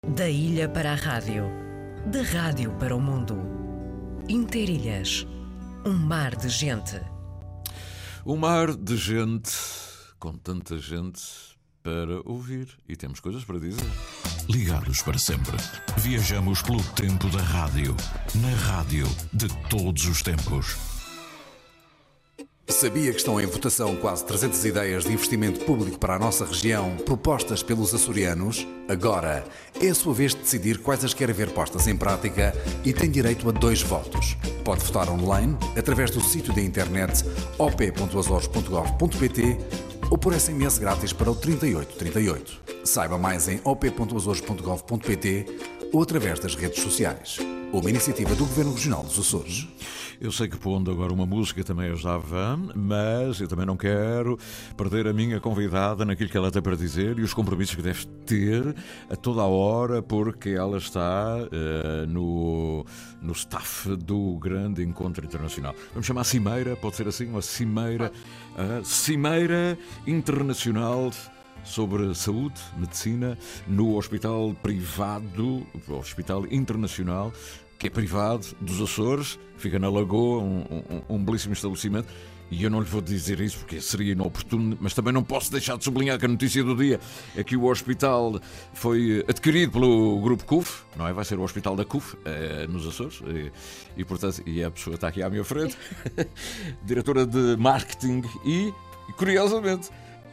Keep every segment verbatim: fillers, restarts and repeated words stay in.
Da ilha para a rádio, da rádio para o mundo. Interilhas, um mar de gente. Um mar de gente, com tanta gente para ouvir. E temos coisas para dizer. Ligados para sempre. Viajamos pelo tempo da rádio. Na rádio de todos os tempos. Sabia que estão em votação quase trezentas ideias de investimento público para a nossa região, propostas pelos açorianos? Agora é a sua vez de decidir quais as quer ver postas em prática e tem direito a dois votos. Pode votar online, através do sítio da internet o p ponto azores ponto gov ponto pt ou por S M S grátis para o trinta e oito trinta e oito. Saiba mais em o p ponto azores ponto gov ponto pt ou através das redes sociais. Uma iniciativa do Governo Regional dos Açores. Eu sei que pondo agora uma música também ajudava, mas eu também não quero perder a minha convidada naquilo que ela tem para dizer e os compromissos que deve ter a toda a hora, porque ela está uh, no, no staff do grande encontro internacional. Vamos chamar Cimeira, pode ser assim, uma Cimeira, uh, Cimeira Internacional sobre saúde, medicina, no hospital privado, o Hospital Internacional, que é privado, dos Açores, fica na Lagoa, um, um, um belíssimo estabelecimento. E eu não lhe vou dizer isso porque seria inoportuno, mas também não posso deixar de sublinhar que a notícia do dia é que o hospital foi adquirido pelo Grupo C U F, não é? Vai ser o hospital da C U F, é, nos Açores, e, e portanto, e a pessoa está aqui à minha frente, diretora de marketing e, curiosamente,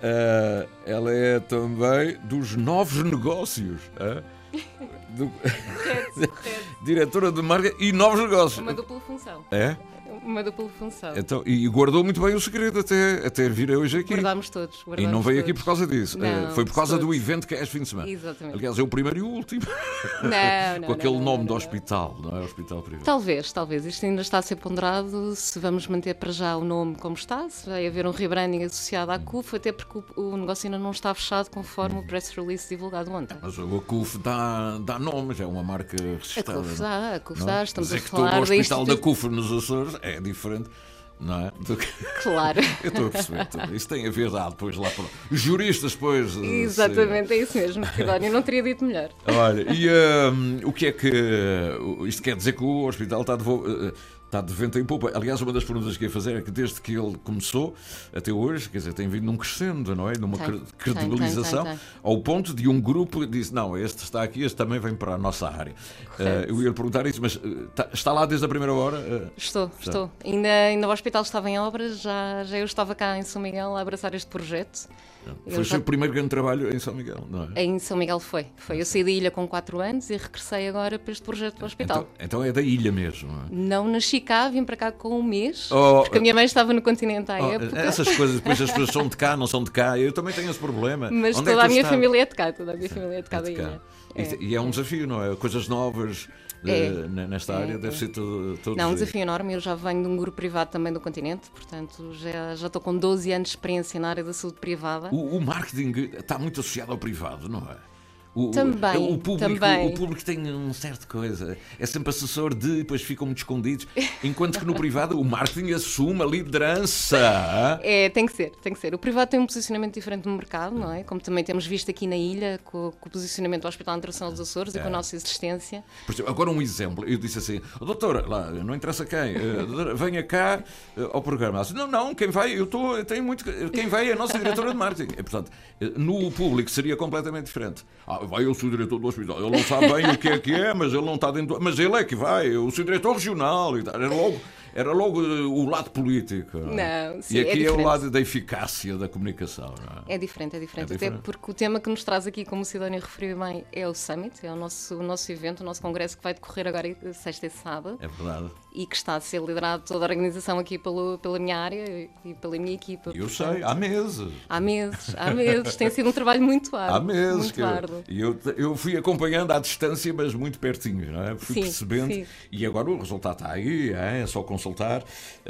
uh, ela é também dos novos negócios, uh, do... correto, correto. Diretora de marketing e novos negócios. Uma dupla função. É? Uma dupla função. Então, e guardou muito bem o segredo até, até vir hoje aqui. Guardámos todos. Guardámos e não veio todos. aqui por causa disso. Não, Foi por causa todos. do evento que é este fim de semana. Exatamente. Aliás, é o primeiro e o último. Não, não, Com aquele não, não, nome não, do não. hospital, não é? Hospital privado. Talvez, talvez. Isto ainda está a ser ponderado se vamos manter para já o nome como está, se vai haver um rebranding associado à C U F, até porque o, o negócio ainda não está fechado conforme o press release divulgado ontem. Mas o C U F dá, dá nomes, é uma marca A C registrada. U F dá, a C U F não? dá, estamos Dizer a que falar todo o da hospital da institu- C U F nos Açores é diferente. Não é? Do que... Claro. Eu estou a perceber. Estou... Isso tem a ver ah, depois lá para os juristas depois. Exatamente, é isso mesmo. Sidónio, não teria dito melhor. Olha, e um, o que é que... Isto quer dizer que o hospital está de, vo... está de vento em popa. Aliás, uma das perguntas que ia fazer é que desde que ele começou até hoje, quer dizer, tem vindo num crescendo, não é? Numa Tem, credibilização, tem, tem, tem. ao ponto de um grupo disse, não, este está aqui, este também vem para a nossa área. Uh, eu ia lhe perguntar isso, mas uh, está, está lá desde a primeira hora? Uh, Estou, já. estou. Ainda, ainda o hospital estava em obras, já, já eu estava cá em São Miguel a abraçar este projeto. Foi Eu o já- seu primeiro grande trabalho em São Miguel, não é? Em São Miguel foi. foi. Eu saí da ilha com quatro anos e regressei agora para este projeto do hospital. Então, então é da ilha mesmo, não é? Não nasci cá, vim para cá com um mês, Oh, porque a minha mãe estava no continente à Oh, época. essas coisas, depois as pessoas são de cá, não são de cá. Eu também tenho esse problema. Mas Onde é toda que a tu minha estás? família é de cá, toda a minha família é de cá É da de cá. ilha. E, É. e é um desafio, não é? Coisas novas É. eh, nesta área, É, deve é. ser todo, todo Não, um desafio enorme. Eu já venho de um grupo privado também do continente, portanto já, já estou com doze anos de experiência na área da saúde privada. O, o marketing está muito associado ao privado, não é? O, Também, o, o público, também. o público tem um certo coisa, é sempre assessor de, depois ficam muito escondidos, enquanto que no privado o marketing assume a liderança. É, tem que ser, tem que ser. O privado tem um posicionamento diferente no mercado, não é? Como também temos visto aqui na ilha, com, com o posicionamento do Hospital Internacional dos Açores e com a nossa existência. Por exemplo, agora um exemplo, eu disse assim, oh, doutora, lá, não interessa quem, eh, doutora, venha cá eh, ao programa. Ela disse, não, não, quem vai, eu estou, eu tenho muito, quem vai é a nossa diretora de marketing. E, portanto, eh, no público seria completamente diferente. Ah, vai eu sou o diretor do hospital, ele não sabe bem o que é que é, mas ele não está dentro, mas ele é que vai, eu sou o diretor regional e tal. Era logo, era logo eh, o lado político. Não, sim, e é aqui é, o diferente. lado da eficácia da comunicação. Não é? É diferente, é diferente. É Até diferente. porque o tema que nos traz aqui, como o Sidónio referiu bem, é o Summit, é o nosso, o nosso evento, o nosso congresso que vai decorrer agora sexta e sábado É verdade. e que está a ser liderado toda a organização aqui pelo, pela minha área e pela minha equipa. Eu portanto, sei, há meses. Há meses, há meses. Tem sido um trabalho muito árduo. Há meses muito que eu, árduo. e eu, eu fui acompanhando à distância, mas muito pertinho, não é? Fui Sim, percebendo sim. e agora o resultado está aí, é, é só consultar.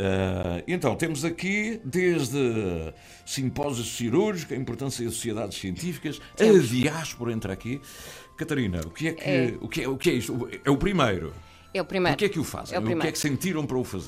Ah, então, temos aqui desde simpósios cirúrgicos, a importância das sociedades científicas, Temos. a diáspora entra aqui. Catarina, o que é que É. o que é, o que é isto? É o primeiro. É o primeiro. Porquê é que o fazem? É o o que é primeiro. que sentiram para o fazer?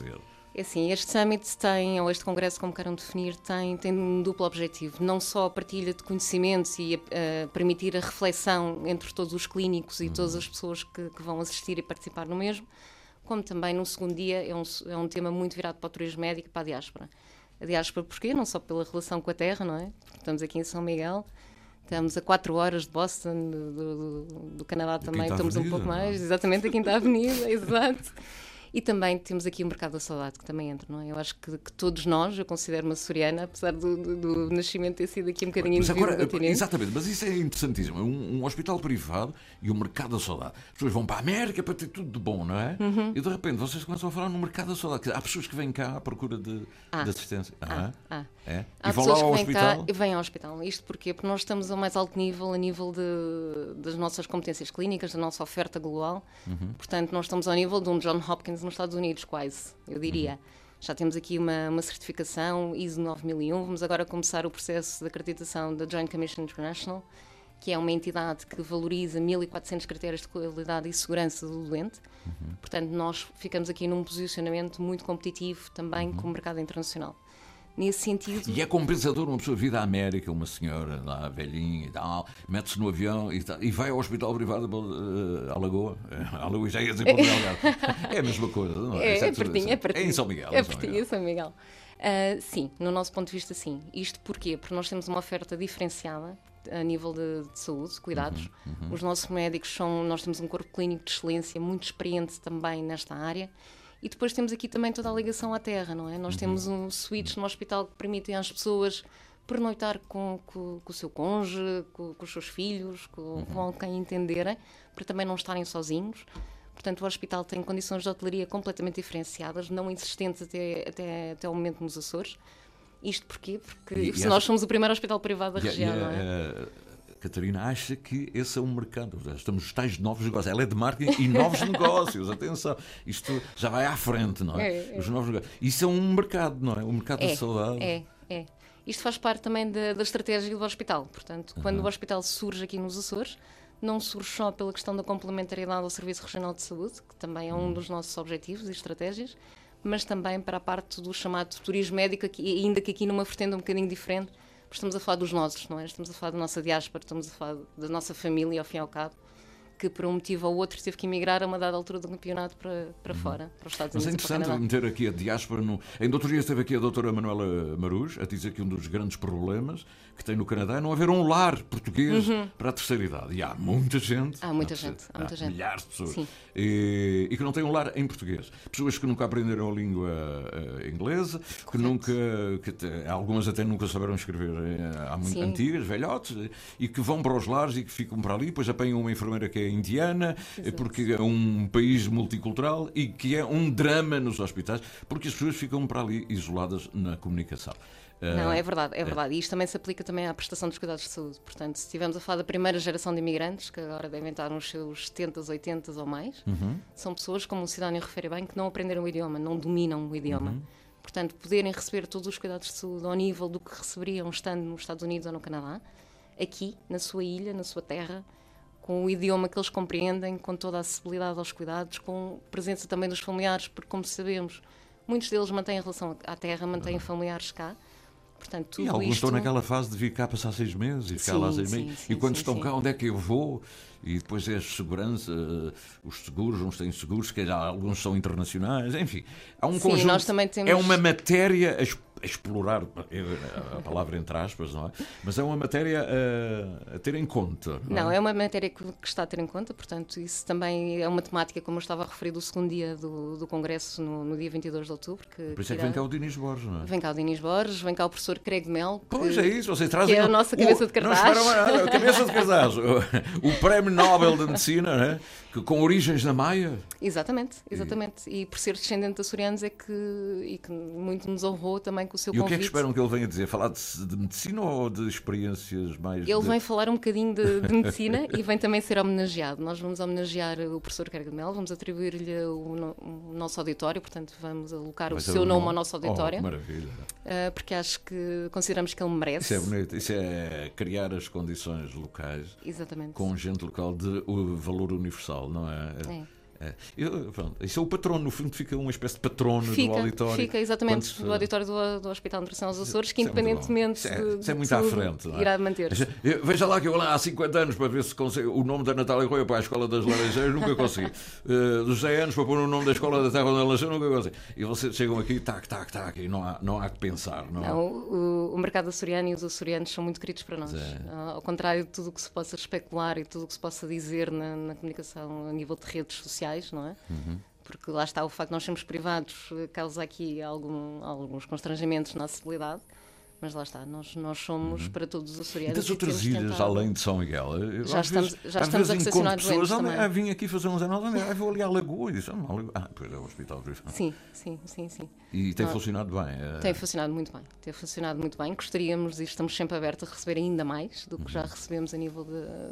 É assim, este Summit tem, ou este Congresso, como queiram definir, tem, tem um duplo objetivo. Não só a partilha de conhecimentos e a, a permitir a reflexão entre todos os clínicos e uhum. todas as pessoas que, que vão assistir e participar no mesmo, como também no segundo dia é um, é um tema muito virado para o turismo médico e para a diáspora. A diáspora porquê? Não só pela relação com a terra, não é? Estamos aqui em São Miguel, estamos a quatro horas de Boston, do, do, do Canadá da também, Quinta estamos Avenida, um pouco mais, não? exatamente, a Quinta Avenida, exato. E também temos aqui o mercado da saudade, que também entra, não é? Eu acho que, que todos nós, eu considero-me açoriana, apesar do, do, do nascimento ter sido aqui um bocadinho mas agora, indivíduo do continente. exatamente, mas isso é interessantíssimo. Um, um hospital privado e o mercado da saudade. As pessoas vão para a América para ter tudo de bom, não é? Uhum. E de repente vocês começam a falar no mercado da saudade. Há pessoas que vêm cá à procura de, ah. de assistência. Ah, ah. É? Há e vão lá ao que vêm hospital? Cá e vêm ao hospital. Isto porquê? Porque nós estamos ao mais alto nível, a nível de, das nossas competências clínicas, da nossa oferta global. Uhum. Portanto, nós estamos ao nível de um John Hopkins nos Estados Unidos, quase, eu diria. Uhum. Já temos aqui uma, uma certificação I S O nove mil e um. Vamos agora começar o processo de acreditação da Joint Commission International, que é uma entidade que valoriza mil e quatrocentos critérios de qualidade e segurança do doente. Uhum. Portanto, nós ficamos aqui num posicionamento muito competitivo também uhum. com o mercado internacional. Nesse sentido... E é compensador uma pessoa vir à América, uma senhora lá, velhinha e tal, mete-se no avião e, tal, e vai ao hospital privado uh, à Lagoa. À Lagoa já ia dizer para o Delgado. É a mesma coisa, não é? É, é, pertinho, é pertinho. É em São Miguel. É pertinho, em São Miguel. Uh, sim, no nosso ponto de vista, sim. Isto porquê? Porque nós temos uma oferta diferenciada a nível de, de saúde, cuidados. Uhum, uhum. Os nossos médicos são... Nós temos um corpo clínico de excelência, muito experiente também nesta área. E depois temos aqui também toda a ligação à terra, não é? Nós uhum. temos um suítes no hospital que permitem às pessoas pernoitar com, com, com o seu cônjuge, com, com os seus filhos, com, uhum. com quem entenderem, para também não estarem sozinhos. Portanto, o hospital tem condições de hotelaria completamente diferenciadas, não existentes até, até, até o momento nos Açores. Isto porquê? Porque e, se e nós essa... somos o primeiro hospital privado da região, e, e, não é? Uh... Catarina acha que esse é um mercado. Estamos nos tais novos negócios. Ela é de marketing e novos negócios. Atenção, isto já vai à frente, não é? é, é. Os novos negócios. Isso é um mercado, não é? O mercado é, da saudade. É, é. Isto faz parte também da, da estratégia do hospital. Portanto, uhum. quando o hospital surge aqui nos Açores, não surge só pela questão da complementariedade ao Serviço Regional de Saúde, que também é um dos nossos objetivos e estratégias, mas também para a parte do chamado turismo médico, aqui, ainda que aqui numa vertente um bocadinho diferente. Estamos a falar dos nossos, não é? Estamos a falar da nossa diáspora, estamos a falar da nossa família, ao fim e ao cabo, que por um motivo ou outro teve que emigrar a uma dada altura do campeonato para, para uhum. fora, para os Estados Unidos. Mas é interessante meter aqui a diáspora. No... Em outro dia esteve aqui a doutora Manuela Maruz a dizer que um dos grandes problemas que tem no Canadá é não haver um lar português uhum. para a terceira idade. E há muita gente. Há muita gente. Há, muita há gente. milhares de pessoas. Sim. E, e que não têm um lar em português. Pessoas que nunca aprenderam a língua uh, inglesa, que Correto. nunca. Que te, algumas até nunca souberam escrever uh, há muito Sim. antigas, velhotes, e que vão para os lares e que ficam para ali, depois apanham uma enfermeira que é indiana. Exato. Porque é um país multicultural e que é um drama nos hospitais, porque as pessoas ficam para ali isoladas na comunicação. Não, é verdade, é verdade. E isto também se aplica também à prestação dos cuidados de saúde. Portanto, se estivermos a falar da primeira geração de imigrantes, que agora devem estar nos seus setenta, oitenta ou mais, uhum. são pessoas, como o Sidónio refere bem, que não aprenderam o idioma, não dominam o idioma. Uhum. Portanto, poderem receber todos os cuidados de saúde ao nível do que receberiam estando nos Estados Unidos ou no Canadá, aqui, na sua ilha, na sua terra, com o idioma que eles compreendem, com toda a acessibilidade aos cuidados, com a presença também dos familiares, porque, como sabemos, muitos deles mantêm a relação à terra, mantêm uhum. familiares cá. Portanto, tudo e alguns isto... estão naquela fase de vir cá passar seis meses e ficar sim, lá seis sim, meses. Sim, e quando sim, estão sim. cá, onde é que eu vou? E depois é a segurança, os seguros, uns têm seguros, que alguns são internacionais, enfim. Há um sim, conjunto. Nós também temos... É uma matéria a explorar, a palavra entre aspas, não é? Mas é uma matéria a, a ter em conta. Não, não é? é uma matéria que, que está a ter em conta, portanto, isso também é uma temática, como eu estava a referir, do segundo dia do, do Congresso, no, no dia vinte e dois de outubro. Que, Por isso é que vem cá o Dinis Borges, não é? Vem cá o Dinis Borges, vem cá o professor Craig Mel. Pois é isso, vocês trazem. Que é a nossa cabeça o, de cartaz. Não espera, a cabeça de cartaz. O, o Prémio Nobel de Medicina, não é? Que, com origens na Maia. Exatamente, exatamente. E, e por ser descendente de açorianos é que, e que muito nos honrou também com o seu e convite. E o que é que esperam que ele venha dizer? Falar de, de medicina ou de experiências mais... Ele de... vem falar um bocadinho de, de medicina e vem também ser homenageado. Nós vamos homenagear o professor Craig Mel, vamos atribuir-lhe o, o nosso auditório, portanto vamos alocar Vai o seu nome ao nosso auditório. Oh, maravilha. Uh, porque acho que consideramos que ele merece. Isso é bonito, isso é criar as condições locais. Exatamente. Com gente local de o valor universal, não é? É. É. Eu, pronto, isso é o patrono, no fundo fica uma espécie de patrono fica, do auditório. Fica, exatamente, Quando, do auditório do, do Hospital de Nutrição aos Açores, que isso independentemente é de, isso é, isso é de muito tudo, à frente, não é? irá manter-se. Veja lá que eu lá há cinquenta anos para ver se consigo o nome da Natália Roia para a Escola das Laranjeiras, nunca consegui. Uh, dos dez anos para pôr o nome da Escola da Terra da Laranjeira, nunca consegui. E vocês chegam aqui, tac, tac, tac, e não há, não há que pensar. Não, não o, o mercado açoriano e os açorianos são muito queridos para nós. É. Ao contrário de tudo o que se possa especular e tudo o que se possa dizer na, na comunicação a nível de redes sociais, não é? Uhum. Porque lá está, o facto de nós sermos privados causa aqui algum, alguns constrangimentos na acessibilidade, mas lá está, nós, nós somos uhum. para todos os açorianos. E das outras ilhas, tentado... além de São Miguel? Eu, já estamos, vezes, já estamos a recepcionar doentes também. Ah, vim aqui fazer uns anos, ah, vou ali à Lagoa e disse, ah, pois é o hospital. Sim, sim, sim, sim. E tem não, funcionado bem? Tem funcionado muito bem, tem funcionado muito bem. Gostaríamos e estamos sempre abertos a receber ainda mais do que uhum. já recebemos a nível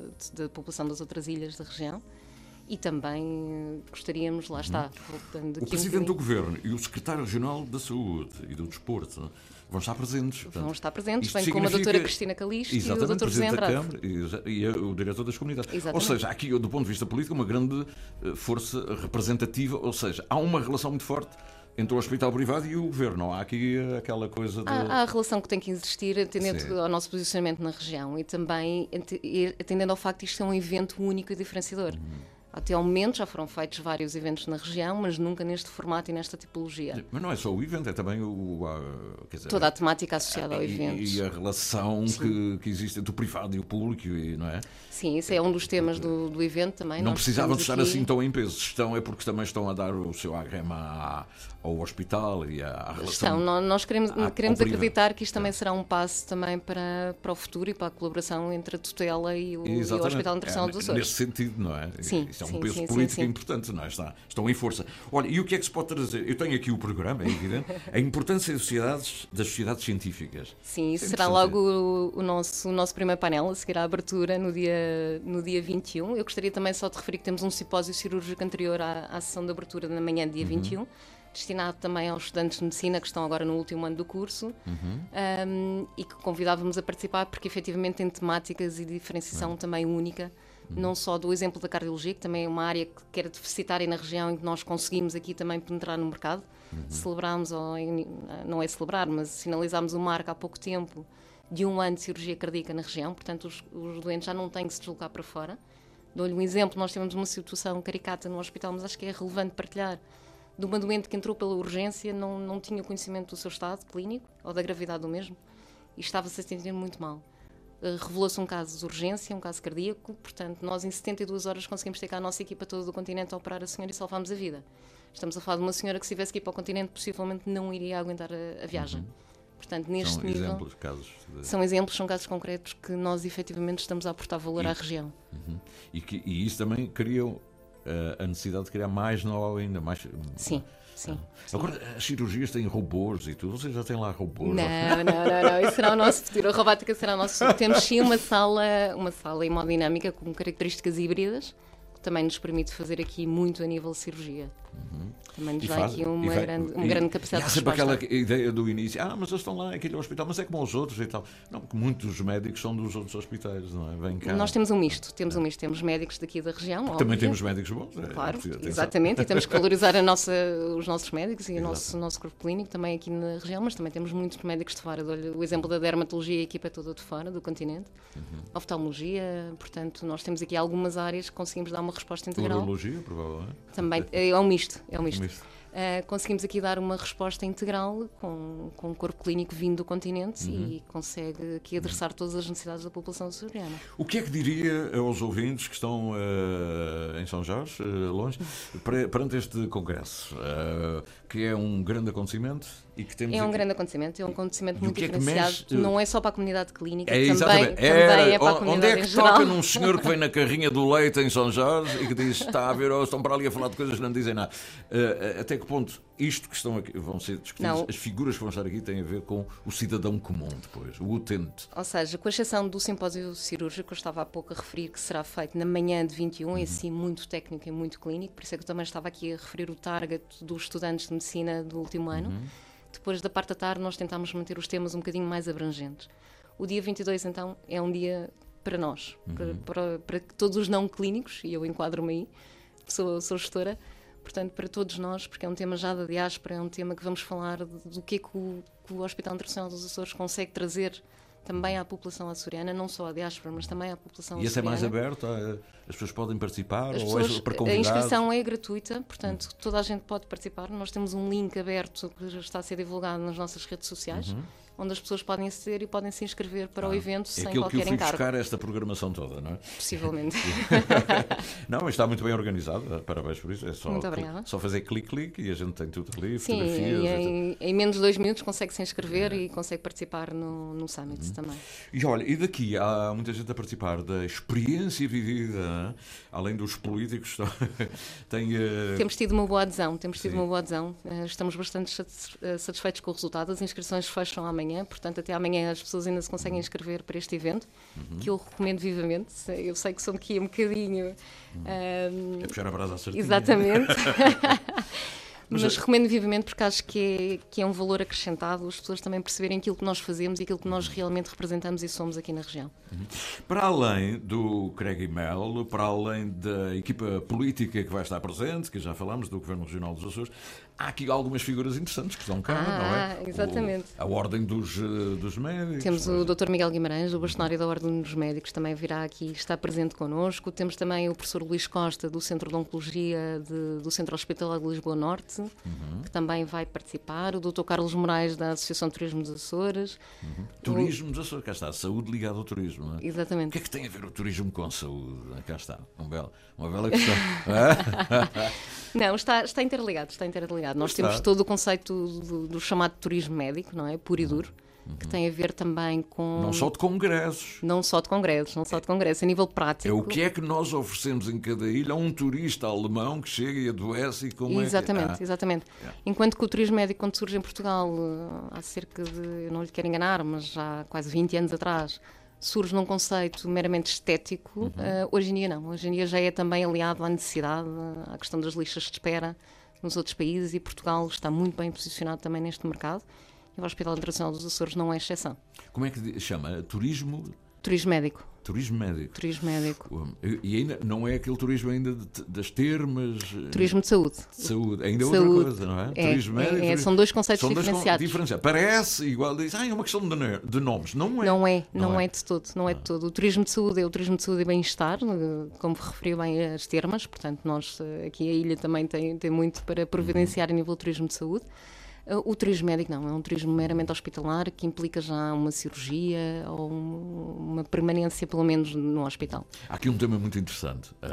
da população das outras ilhas da região. E também gostaríamos, lá está, voltando aqui o Presidente um do Governo e o Secretário Regional da Saúde e do Desporto vão estar presentes. Vão portanto, estar presentes, bem significa... como a doutora Cristina Calixto e o doutor José Andrade. Câmara, e, e o Diretor das Comunidades. Exatamente. Ou seja, há aqui, do ponto de vista político, uma grande força representativa, ou seja, há uma relação muito forte entre o hospital privado e o governo. Não há aqui aquela coisa de... Há, há a relação que tem que existir atendendo Sim. ao nosso posicionamento na região e também atendendo ao facto de isto ser um evento único e diferenciador. Uhum. Até ao momento já foram feitos vários eventos na região, mas nunca neste formato e nesta tipologia. Mas não é só o evento, é também o, a, quer dizer, toda a temática associada ao e, evento. E a relação que, que existe entre o privado e o público, não é? Sim, isso é um dos temas do, do evento também. Não Nós precisavam de estar aqui... assim tão em peso. Estão é porque também estão a dar o seu agrema ao hospital e à relação. Estão. Nós queremos, à, queremos acreditar que isto também será um passo também para, para o futuro e para a colaboração entre a tutela e o, e o Hospital de Nutrição é, dos Açores. Nesse sentido, não é? Sim, Isso é um sim, peso sim, político sim, sim. importante, não é? Está, estão em força. Olha, e o que é que se pode trazer? Eu tenho aqui o programa, é evidente, a importância das sociedades, das sociedades científicas. Sim, isso é será logo o, o, nosso, o nosso primeiro painel, a seguir à abertura no dia, no dia vinte e um. Eu gostaria também só de referir que temos um simpósio cirúrgico anterior à, à sessão de abertura na manhã do dia uhum. vinte e um, destinado também aos estudantes de medicina que estão agora no último ano do curso uhum. um, e que convidávamos a participar porque efetivamente tem temáticas e diferenciação uhum. também única, uhum. não só do exemplo da cardiologia, que também é uma área que era deficitária na região e que nós conseguimos aqui também penetrar no mercado. Uhum. Celebramos, ou não é celebrar, mas sinalizámos o marco há pouco tempo de um ano de cirurgia cardíaca na região, portanto os, os doentes já não têm que se deslocar para fora. Dou-lhe um exemplo, nós temos uma situação caricata no hospital, mas acho que é relevante partilhar, de uma doente que entrou pela urgência, não, não tinha conhecimento do seu estado clínico ou da gravidade do mesmo e estava-se a sentir muito mal. Uh, revelou-se um caso de urgência, um caso cardíaco, portanto nós em setenta e duas horas conseguimos ter cá a nossa equipa toda do continente a operar a senhora e salvámos a vida. Estamos a falar de uma senhora que se tivesse que ir para o continente possivelmente não iria aguentar a, a viagem. Uhum. Portanto, neste são nível, exemplos, casos de... são exemplos, são casos concretos que nós efetivamente estamos a aportar valor e, à região. Uhum. E, que, e isso também criou uh, a necessidade de criar mais know-how ainda mais. Sim. Sim, sim. Agora, as cirurgias têm robôs e tudo, vocês já têm lá robôs? Não, não, não, não, isso será o nosso futuro, a robótica será o nosso futuro. Temos sim uma sala, uma sala hemodinâmica com características híbridas, que também nos permite fazer aqui muito a nível de cirurgia. Uhum. Também nos e dá faz, aqui uma, vai, grande, uma e, grande capacidade de resposta. Há sempre aquela ideia do início, ah, mas eles estão lá, aquele hospital, mas é como os outros e tal. Não, porque muitos médicos são dos outros hospitais, não é? Vem cá. Nós temos um misto, temos um misto, temos médicos daqui da região. Também óbvio. Temos médicos bons. É, claro, é exatamente, e temos que valorizar a nossa, os nossos médicos e o nosso, nosso corpo clínico também aqui na região, mas também temos muitos médicos de fora. Dou-lhe o exemplo da dermatologia, a equipa é toda de fora, do continente. Uhum. Oftalmologia, portanto, nós temos aqui algumas áreas que conseguimos dar uma resposta integral. Urologia, provavelmente. Também, é um misto, é um misto. Um misto. Uh, conseguimos aqui dar uma resposta integral com, com um corpo clínico vindo do continente uhum. e consegue aqui adressar todas as necessidades da população açoriana. O que é que diria aos ouvintes que estão uh, em São Jorge, uh, longe, perante este congresso, uh, que é um grande acontecimento? E que temos é um aqui... grande acontecimento, é um acontecimento muito que é diferenciado, mexe... não é só para a comunidade clínica, é, também, também é para a comunidade onde é que em geral. toca num senhor que vem na carrinha do leite em São Jorge e que diz, está a ver, oh, estão para ali a falar de coisas que não dizem nada. Uh, até que ponto isto que estão aqui, vão ser discutidas, não. As figuras que vão estar aqui têm a ver com o cidadão comum depois, o utente. Ou seja, com exceção do simpósio cirúrgico, eu estava há pouco a referir que será feito na manhã de vinte e um, uhum. e assim muito técnico e muito clínico, por isso é que eu também estava aqui a referir o target dos estudantes de medicina do último ano. Uhum. Depois da parte da tarde nós tentámos manter os temas um bocadinho mais abrangentes. O dia vinte e dois então é um dia para nós, uhum. para, para, para todos os não clínicos, e eu enquadro-me aí, sou, sou gestora, portanto, para todos nós, porque é um tema já da diáspora, é um tema que vamos falar do que é que o, que o Hospital Internacional dos Açores consegue trazer também à população açoriana, não só à diáspora, mas também à população e açoriana. E esse é mais aberto? As pessoas podem participar? As ou pessoas, é para convidados? A inscrição é gratuita, portanto, toda a gente pode participar. Nós temos um link aberto que já está a ser divulgado nas nossas redes sociais, uhum. onde as pessoas podem aceder e podem se inscrever para ah, o evento é sem aquilo qualquer que eu fui encargo. buscar esta programação toda, não é? Possivelmente. Não, mas está muito bem organizado, parabéns por isso. É só, muito obrigada. Só fazer clique-clique e a gente tem tudo ali, sim, fotografias. E em, em menos de dois minutos consegue se inscrever é. e consegue participar no, no Summit uhum. também. E olha, e daqui há muita gente a participar da experiência vivida, além dos políticos. tem, uh... Temos tido uma boa adesão, temos tido sim. uma boa adesão. Uh, estamos bastante satisfeitos com o resultado. As inscrições fecham amanhã, portanto, até amanhã as pessoas ainda se conseguem inscrever para este evento, uhum. que eu recomendo vivamente. Eu sei que sou aqui um bocadinho... Uhum. Um... É puxar a brasa à sardinha. Exatamente. Mas, Mas recomendo vivamente porque acho que é, que é um valor acrescentado as pessoas também perceberem aquilo que nós fazemos e aquilo que nós realmente representamos e somos aqui na região. Uhum. Para além do Craig e Mel, para além da equipa política que vai estar presente, que já falamos, do Governo Regional dos Açores, há aqui algumas figuras interessantes que estão cá, ah, não é? Exatamente. O, a Ordem dos, dos Médicos. Temos o doutor Miguel Guimarães, o bastonário da Ordem dos Médicos, também virá aqui, está presente connosco. Temos também o professor Luís Costa, do Centro de Oncologia de, do Centro Hospitalar de Lisboa Norte, uhum. que também vai participar. O doutor Carlos Moraes, da Associação de Turismo dos Açores. Uhum. Turismo dos Açores, cá está, saúde ligada ao turismo, não é? Exatamente. O que é que tem a ver o turismo com a saúde? Cá está, um belo, uma bela questão. Não, está, está interligado, está interligado. Nós está. temos todo o conceito do, do chamado turismo médico, não é? Puro e duro, uhum. que tem a ver também com... Não só de congressos. Não só de congressos, não só de congressos, a nível prático. É o que é que nós oferecemos em cada ilha a um turista alemão que chega e adoece e como exatamente, é que... ah. Exatamente, Enquanto que o turismo médico, quando surge em Portugal, há cerca de, eu não lhe quero enganar, mas já há quase vinte anos atrás, surge num conceito meramente estético, uhum. uh, hoje em dia não. Hoje em dia já é também aliado à necessidade, à questão das listas de espera nos outros países e Portugal está muito bem posicionado também neste mercado e o Hospital Internacional dos Açores não é exceção. Como é que chama? Turismo? Turismo médico. Turismo médico. Turismo médico. E ainda não é aquele turismo ainda de, das termas... Turismo de saúde. De saúde. Ainda é saúde. outra coisa, não é? é turismo médico. É, é, turismo... São dois conceitos são diferenciados. Dois diferenciados. Parece igual, diz, ah, é uma questão de, de nomes. Não é. Não é, não, não é. é de todo. Não é de todo. O turismo de saúde é o turismo de saúde e bem-estar, como referiu bem as termas, portanto nós aqui a ilha também tem, tem muito para providenciar uhum. a nível do turismo de saúde. O turismo médico não, é um turismo meramente hospitalar que implica já uma cirurgia ou uma permanência, pelo menos, no hospital. Há aqui um tema muito interessante, a,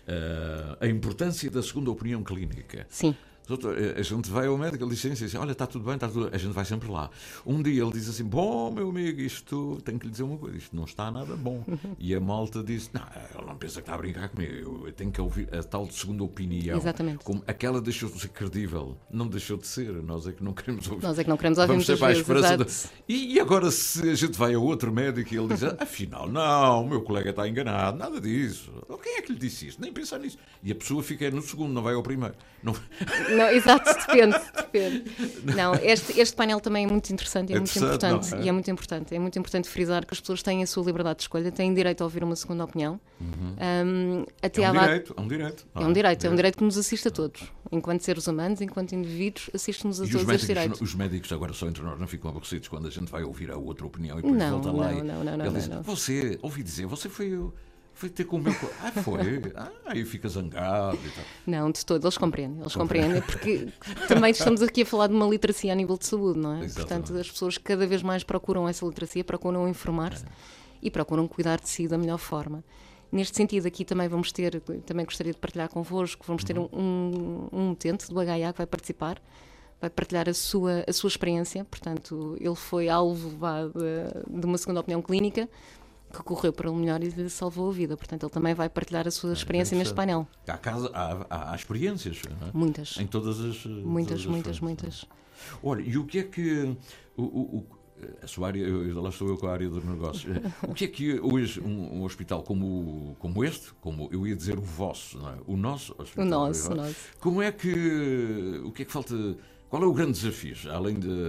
a, a importância da segunda opinião clínica. Sim. Doutor, a gente vai ao médico, ele diz assim, assim, olha, está tudo bem, está tudo bem. A gente vai sempre lá. Um dia ele diz assim, bom, meu amigo, isto, tenho que lhe dizer uma coisa, isto não está nada bom. E a malta diz, não, ele não pensa que está a brincar comigo, eu tenho que ouvir a tal de segunda opinião. Exatamente. Como aquela deixou de ser credível, não deixou de ser, nós é que não queremos ouvir. Nós é que não queremos ouvir Vamos muitas vezes. vezes, De... E, e agora se a gente vai a outro médico e ele diz, afinal, não, o meu colega está enganado, nada disso. Quem é que lhe disse isto? Nem pensar nisso. E a pessoa fica no segundo, não vai ao primeiro. Não, não exato. Depende, depende. Não, este, este painel também é muito interessante e é, é muito importante. Não, é? E é muito importante. É muito importante frisar que as pessoas têm a sua liberdade de escolha, têm direito a ouvir uma segunda opinião. Uhum. Um, até é, um à direito, é um direito. É um direito, é um direito que nos assiste a todos. Enquanto seres humanos, enquanto indivíduos, assiste-nos a e todos os médicos, estes direitos. Os médicos agora só entre nós não ficam aborrecidos quando a gente vai ouvir a outra opinião e depois não, volta não, lá e não, não, não, ele diz, não, não. você, ouvi dizer, você foi... Foi ter com o meu... Ah, foi? Ah, aí fica zangado e tal. Não, de todo, eles compreendem. Eles compreendem porque também estamos aqui a falar de uma literacia a nível de saúde, não é? Exatamente. Portanto, as pessoas cada vez mais procuram essa literacia, procuram informar-se é. e procuram cuidar de si da melhor forma. Neste sentido, aqui também vamos ter, também gostaria de partilhar convosco, vamos ter uhum. um, um utente do H I A que vai participar, vai partilhar a sua, a sua experiência. Portanto, ele foi alvo de, de uma segunda opinião clínica, que correu para o melhor e lhe salvou a vida. Portanto, ele também vai partilhar a sua experiência é neste painel. Há, casa, há, há, há experiências, não é? Muitas. Em todas as... Muitas, todas as muitas, frentes, muitas. Olha, e o que é que... O, o, o, a sua área, eu, lá estou eu com a área dos negócios. O que é que hoje um, um hospital como, como este, como eu ia dizer o vosso, não é? O nosso hospital... O nosso, o nosso. Como é que... O que é que falta... Qual é o grande desafio? Além de...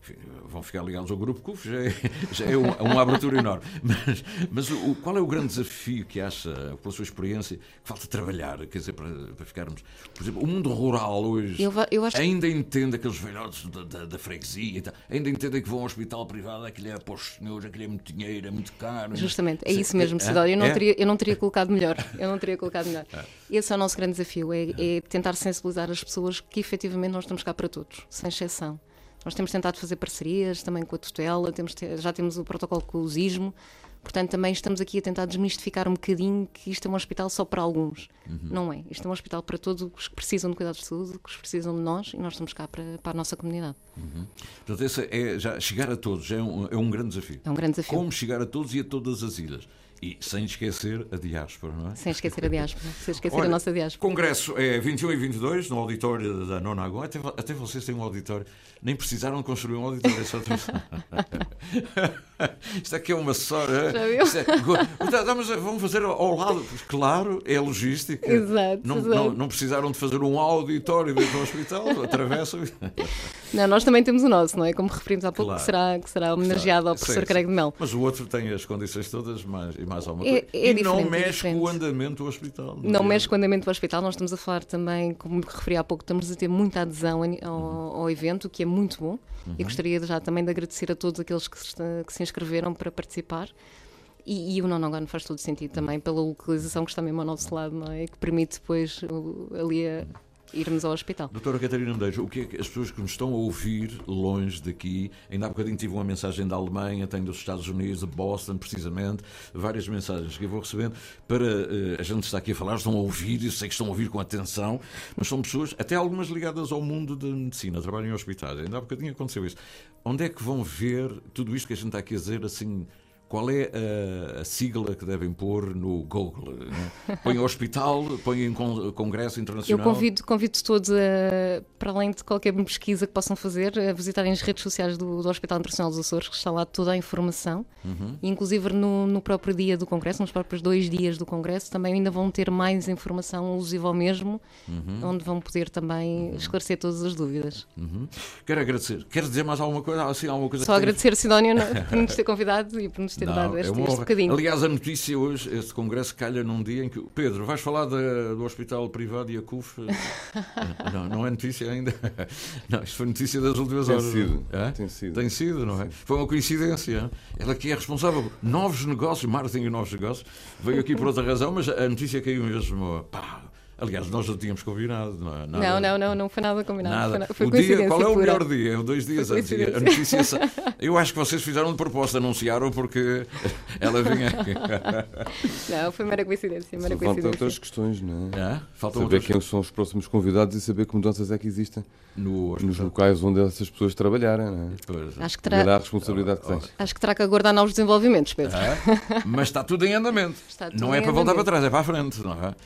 enfim, vão ficar ligados ao Grupo C U F, já é, já é uma, uma abertura enorme. Mas, mas o, qual é o grande desafio que acha, pela sua experiência, que falta trabalhar, quer dizer, para, para ficarmos... Por exemplo, o mundo rural hoje eu, eu acho... ainda entende aqueles velhotes da, da, da freguesia, e tal, ainda entendem que vão ao hospital privado, aquilo é para os senhores, aquilo é muito dinheiro, é muito caro. Justamente, é isso mesmo, Sidónio. Eu, não é? teria, eu não teria colocado melhor. Eu não teria colocado melhor. É. Esse é o nosso grande desafio, é, é tentar sensibilizar as pessoas que efetivamente nós estamos cá para todos, sem exceção. Nós temos tentado fazer parcerias também com a tutela, temos, já temos o protocolo com o SISMO, portanto também estamos aqui a tentar desmistificar um bocadinho que isto é um hospital só para alguns. Uhum. Não é. Isto é um hospital para todos os que precisam de cuidados de saúde, que precisam de nós, e nós estamos cá para, para a nossa comunidade. Uhum. Portanto, esse é já, chegar a todos é um, é um grande desafio. É um grande desafio. Como chegar a todos e a todas as ilhas. E sem esquecer a diáspora, não é? Sem esquecer a diáspora, sem esquecer Olha, a nossa diáspora. O congresso é vinte e um e vinte e dois, no auditório da Nona Agora. Até, até vocês têm um auditório. Nem precisaram de construir um auditório. É só... Isto aqui é uma sorte. Já viu? É... Vamos fazer ao lado. Claro, é logística. Exato, não, exato. Não, não precisaram de fazer um auditório dentro do hospital. Atravessam. Não, nós também temos o nosso, não é? Como referimos há pouco, Claro. que, será, que será homenageado ao Sim, professor sim. Craig de Mel. Mas o outro tem as condições todas mais, e mais alguma É- coisa. é e não diferente, é mexe diferente. com o andamento do hospital. Não é? mexe com o andamento do hospital, nós estamos a falar também, como referi há pouco, estamos a ter muita adesão ao, ao evento, o que é muito bom, Uhum. e gostaria já também de agradecer a todos aqueles que se, que se inscreveram para participar. E, e o Nono Agora faz todo sentido também, pela localização que está mesmo ao nosso lado, não é? Que permite depois o- ali a, irmos ao hospital. Doutora Catarina Medeiros, o que é que as pessoas que nos estão a ouvir longe daqui, ainda há bocadinho tive uma mensagem da Alemanha, tenho dos Estados Unidos, de Boston, precisamente, várias mensagens que eu vou recebendo, para uh, a gente está aqui a falar, estão a ouvir, eu sei que estão a ouvir com atenção, mas são pessoas, até algumas ligadas ao mundo da medicina, trabalham em hospitais, ainda há bocadinho aconteceu isso. Onde é que vão ver tudo isto que a gente está aqui a dizer, assim... Qual é a, a sigla que devem pôr no Google? Né? Põem hospital, põem con- congresso Eu internacional. convido, convido todos, a, para além de qualquer pesquisa que possam fazer, a visitarem as redes sociais do, do Hospital Internacional dos Açores, que está lá toda a informação. Uhum. E, inclusive no, no próprio dia do Congresso, nos próprios dois dias do Congresso, também ainda vão ter mais informação alusiva ao mesmo, Uhum. onde vão poder também Uhum. esclarecer todas as dúvidas. Uhum. Quero agradecer. Quer dizer mais alguma coisa? Assim, alguma coisa Só que agradecer a Sidónio por nos ter convidado e por nos ter Não, dado é este, uma este honra. bocadinho. Aliás, a notícia hoje, este congresso calha num dia em que... Pedro, vais falar da- do hospital privado e a C U F? não, não é notícia ainda. Não, isto foi notícia das últimas Tem horas. sido, Hã? tem sido. Tem sido, não é? Foi uma coincidência. Ela que é responsável por novos negócios, marketing e novos negócios, veio aqui por outra razão, mas a notícia caiu mesmo. Pá. Aliás, nós já tínhamos combinado, não é? Nada- Não, não, não, não foi nada combinado. Nada. Foi, na- foi O dia, coincidência qual é o pura. melhor dia? É dois dias Foi antes. A notícia, eu acho que vocês fizeram de propósito, anunciaram porque ela vinha aqui. Não, foi mera coincidência, mera Levanta coincidência. outras questões, não é? É? Faltam Saber outras quem são os próximos convidados e saber que mudanças é que existem no nos hospital. locais onde essas pessoas trabalharem, não é? Pois. Acho que Terá terá, a responsabilidade que tens. acho que terá que aguardar novos desenvolvimentos, Pedro. É? Mas está tudo em andamento. Está tudo Não é em para voltar para andamento. trás, é para a frente, não é?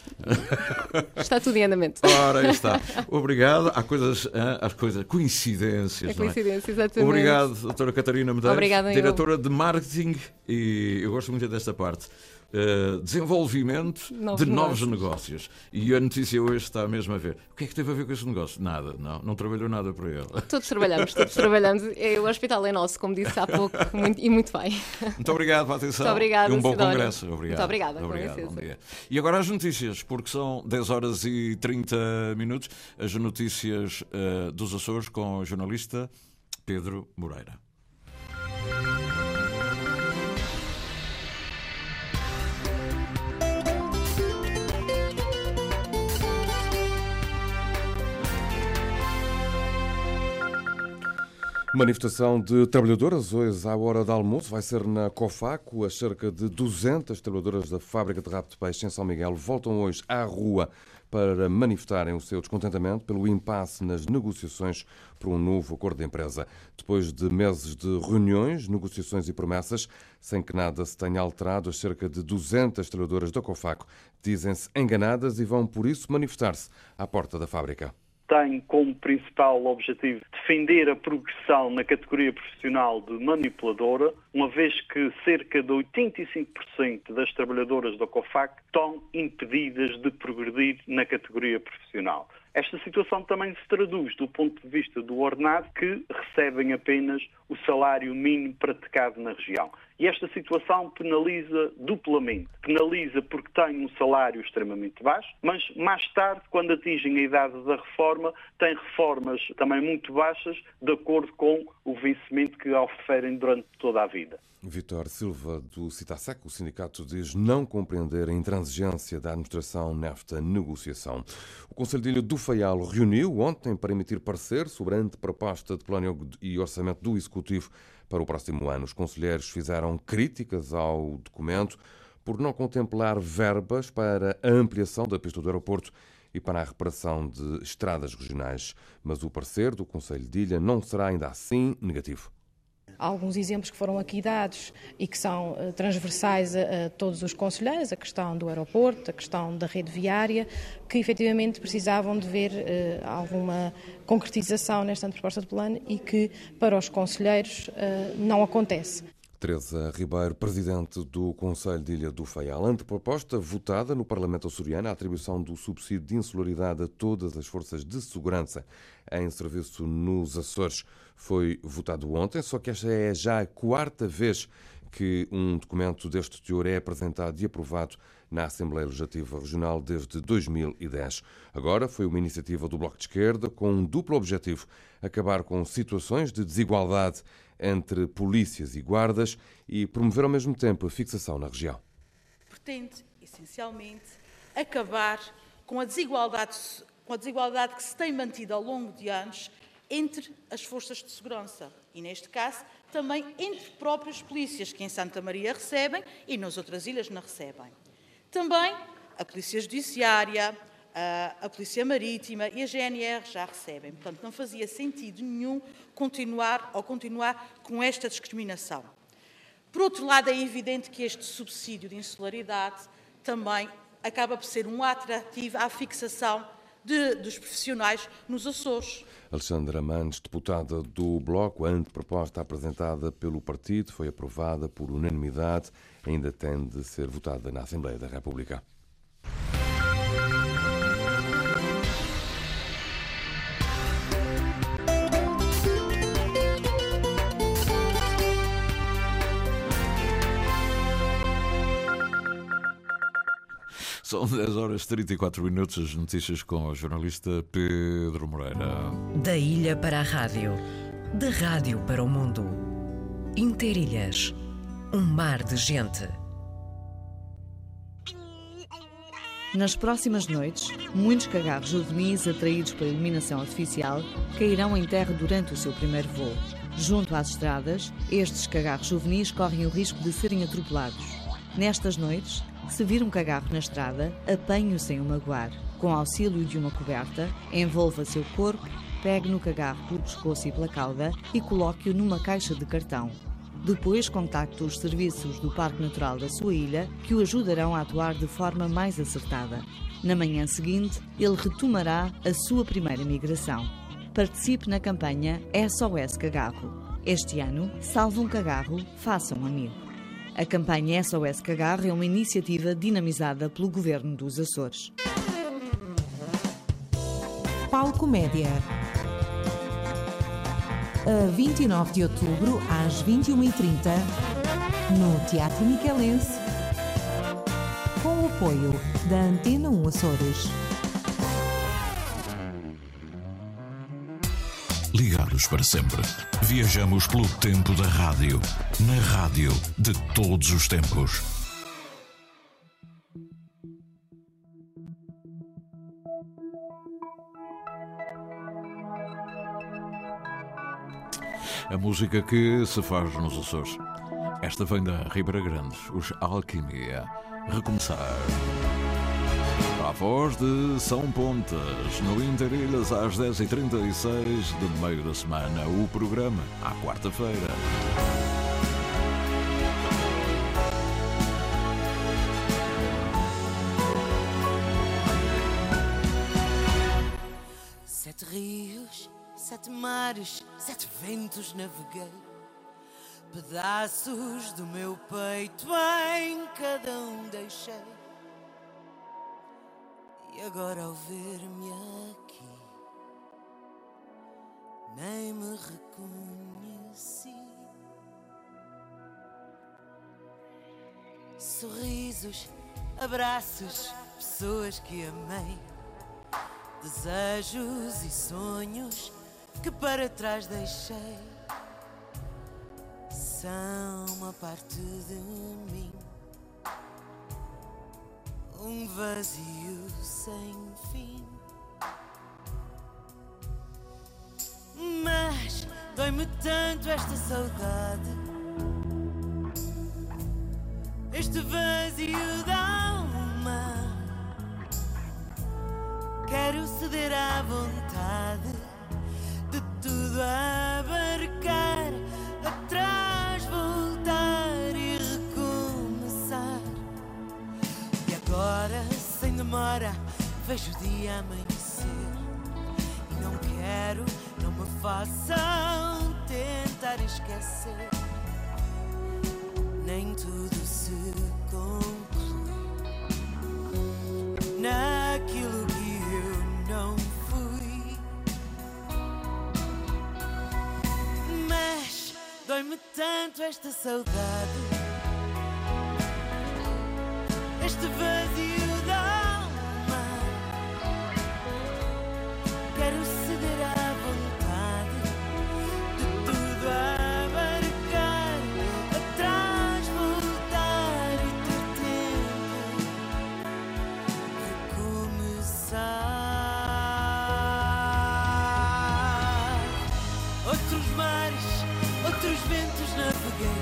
Está tudo em andamento. Ora, aí está. Obrigado. Há coisas, hã? Há coisas, coincidências, É não é? coincidência, exatamente. Obrigado, doutora Catarina Medeiros, Obrigada, eu. diretora de marketing, e eu gosto muito desta parte. Uh, desenvolvimento Novos de novos negócios. negócios. E a notícia hoje está mesmo a ver. O que é que teve a ver com este negócio? Nada, não, não trabalhou nada por ele. Todos trabalhamos, todos trabalhamos. É, o hospital é nosso, como disse há pouco, muito- e muito bem. Muito obrigado pela atenção. Muito obrigada, E um bom Sidónia. congresso. Obrigado. Muito obrigada, com Obrigado. licença. Bom dia. E agora as notícias, porque são dez horas e trinta minutos. As notícias uh, dos Açores com o jornalista Pedro Moreira. Manifestação de trabalhadoras hoje à hora do almoço vai ser na COFACO. As cerca de duzentas trabalhadoras da fábrica de rabo de peixe em São Miguel voltam hoje à rua para manifestarem o seu descontentamento pelo impasse nas negociações por um novo acordo de empresa. Depois de meses de reuniões, negociações e promessas, sem que nada se tenha alterado, as cerca de duzentas trabalhadoras da COFACO dizem-se enganadas e vão, por isso, manifestar-se à porta da fábrica. Tem como principal objetivo defender a progressão na categoria profissional de manipuladora, uma vez que cerca de oitenta e cinco por cento das trabalhadoras da COFAC estão impedidas de progredir na categoria profissional. Esta situação também se traduz do ponto de vista do ordenado, que recebem apenas o salário mínimo praticado na região. E esta situação penaliza duplamente. Penaliza porque têm um salário extremamente baixo, mas mais tarde, quando atingem a idade da reforma, têm reformas também muito baixas, de acordo com o vencimento que oferem durante toda a vida. Vítor Silva, do Citasec, o sindicato diz não compreender a intransigência da administração nesta negociação. O Conselho de Ilha do Faial reuniu ontem para emitir parecer sobre a anteproposta de plano e orçamento do Executivo para o próximo ano. Os conselheiros fizeram críticas ao documento por não contemplar verbas para a ampliação da pista do aeroporto e para a reparação de estradas regionais. Mas o parecer do Conselho de Ilha não será ainda assim negativo. Há alguns exemplos que foram aqui dados e que são uh, transversais a, a todos os conselheiros, a questão do aeroporto, a questão da rede viária, que efetivamente precisavam de ver uh, alguma concretização nesta proposta de plano e que para os conselheiros uh, não acontece. Teresa Ribeiro, presidente do Conselho de Ilha do Faial. Anteproposta votada no Parlamento açoriano, a atribuição do subsídio de insularidade a todas as forças de segurança em serviço nos Açores foi votado ontem, só que esta é já a quarta vez que um documento deste teor é apresentado e aprovado na Assembleia Legislativa Regional desde dois mil e dez. Agora foi uma iniciativa do Bloco de Esquerda com um duplo objetivo: acabar com situações de desigualdade entre polícias e guardas e promover ao mesmo tempo a fixação na região. Pretende, essencialmente, acabar com a desigualdade, com a desigualdade que se tem mantido ao longo de anos entre as forças de segurança e, neste caso, também entre próprias polícias que em Santa Maria recebem e nas outras ilhas não recebem. Também a Polícia Judiciária, a, a Polícia Marítima e a G N R já recebem. Portanto, não fazia sentido nenhum continuar ou continuar com esta discriminação. Por outro lado, é evidente que este subsídio de insularidade também acaba por ser um atrativo à fixação de, dos profissionais nos Açores. Alexandra Manes, deputada do Bloco, a anteproposta apresentada pelo partido foi aprovada por unanimidade, ainda tem de ser votada na Assembleia da República. São dez horas e trinta e quatro minutos, as notícias com o jornalista Pedro Moreira. Da ilha para a rádio, da rádio para o mundo. Interilhas, um mar de gente. Nas próximas noites, muitos cagarros juvenis atraídos pela iluminação artificial cairão em terra durante o seu primeiro voo. Junto às estradas, estes cagarros juvenis correm o risco de serem atropelados. Nestas noites, se vir um cagarro na estrada, apanhe-o sem o magoar. Com auxílio de uma coberta, envolva seu corpo, pegue no cagarro pelo pescoço e pela cauda e coloque-o numa caixa de cartão. Depois contacte os serviços do Parque Natural da sua ilha, que o ajudarão a atuar de forma mais acertada. Na manhã seguinte, ele retomará a sua primeira migração. Participe na campanha S O S Cagarro. Este ano, salve um cagarro, faça um amigo. A campanha S O S Cagarro é uma iniciativa dinamizada pelo Governo dos Açores. Palco Média. A vinte e nove de outubro, às vinte e uma e trinta, no Teatro Miquelense, com o apoio da Antena um Açores. Ligados para sempre. Viajamos pelo tempo da rádio. Na rádio de todos os tempos. A música que se faz nos Açores. Esta vem da Ribeira Grande, os Alquimia. Recomeçar. À voz de São Pontas, no Interilhas às dez e trinta e seis de meio da semana. O programa, à quarta-feira. Sete rios, sete mares, sete ventos naveguei. Pedaços do meu peito em cada um deixei. E agora ao ver-me aqui, nem me reconheci. Sorrisos, abraços, pessoas que amei, desejos e sonhos que para trás deixei, são uma parte de mim, um vazio sem fim. Mas dói-me tanto esta saudade, este vazio da alma. Quero ceder à vontade de tudo abarcar, atrás voltar e recomeçar. E agora, sem demora, vejo o dia amanhecer e não quero, não me façam tentar esquecer. Nem tudo se conclui naquilo que eu não fui. Mas dói-me tanto esta saudade, este vazio da alma. Quero ceder à vontade de tudo abarcar, atrás voltar e ter tempo de começar. Outros mares, outros ventos naveguei,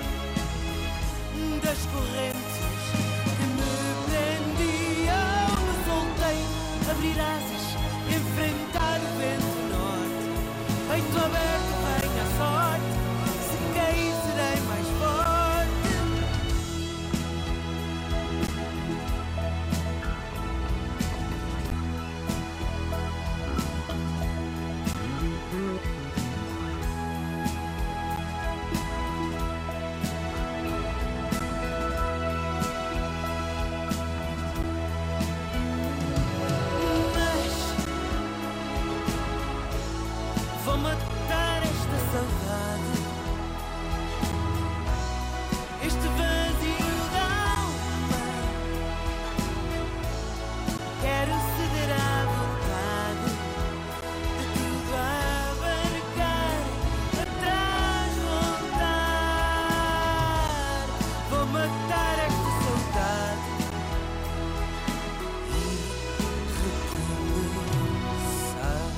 das correntes que me prendiam me soltei, abrir asas, enfrentar o vento norte, peito aberto venha a sorte, se cair serei mais forte. Vou matar esta saudade, este vazio da alma. Quero ceder à vontade de tudo abarcar, atrás voltar. Vou matar esta saudade e recomeçar.